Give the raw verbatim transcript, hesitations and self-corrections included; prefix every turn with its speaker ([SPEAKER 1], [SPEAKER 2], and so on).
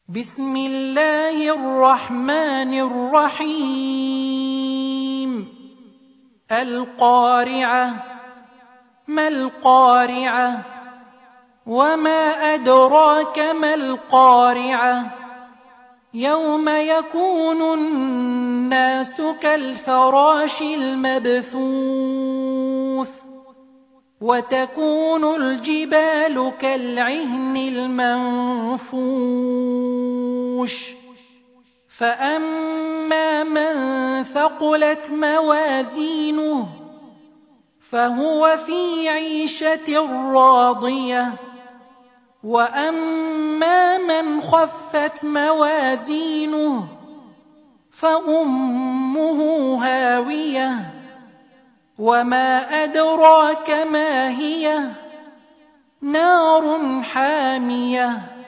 [SPEAKER 1] بسم الله الرحمن الرحيم القارعة ما القارعة وما أدراك ما القارعة يوم يكون الناس كالفراش المبثوث وتكون الجبال كالعهن المنفوش فأما من ثقلت موازينه فهو في عيشة راضية وأما من خفت موازينه فأمه هاوية وما أدراك ما هي نار حامية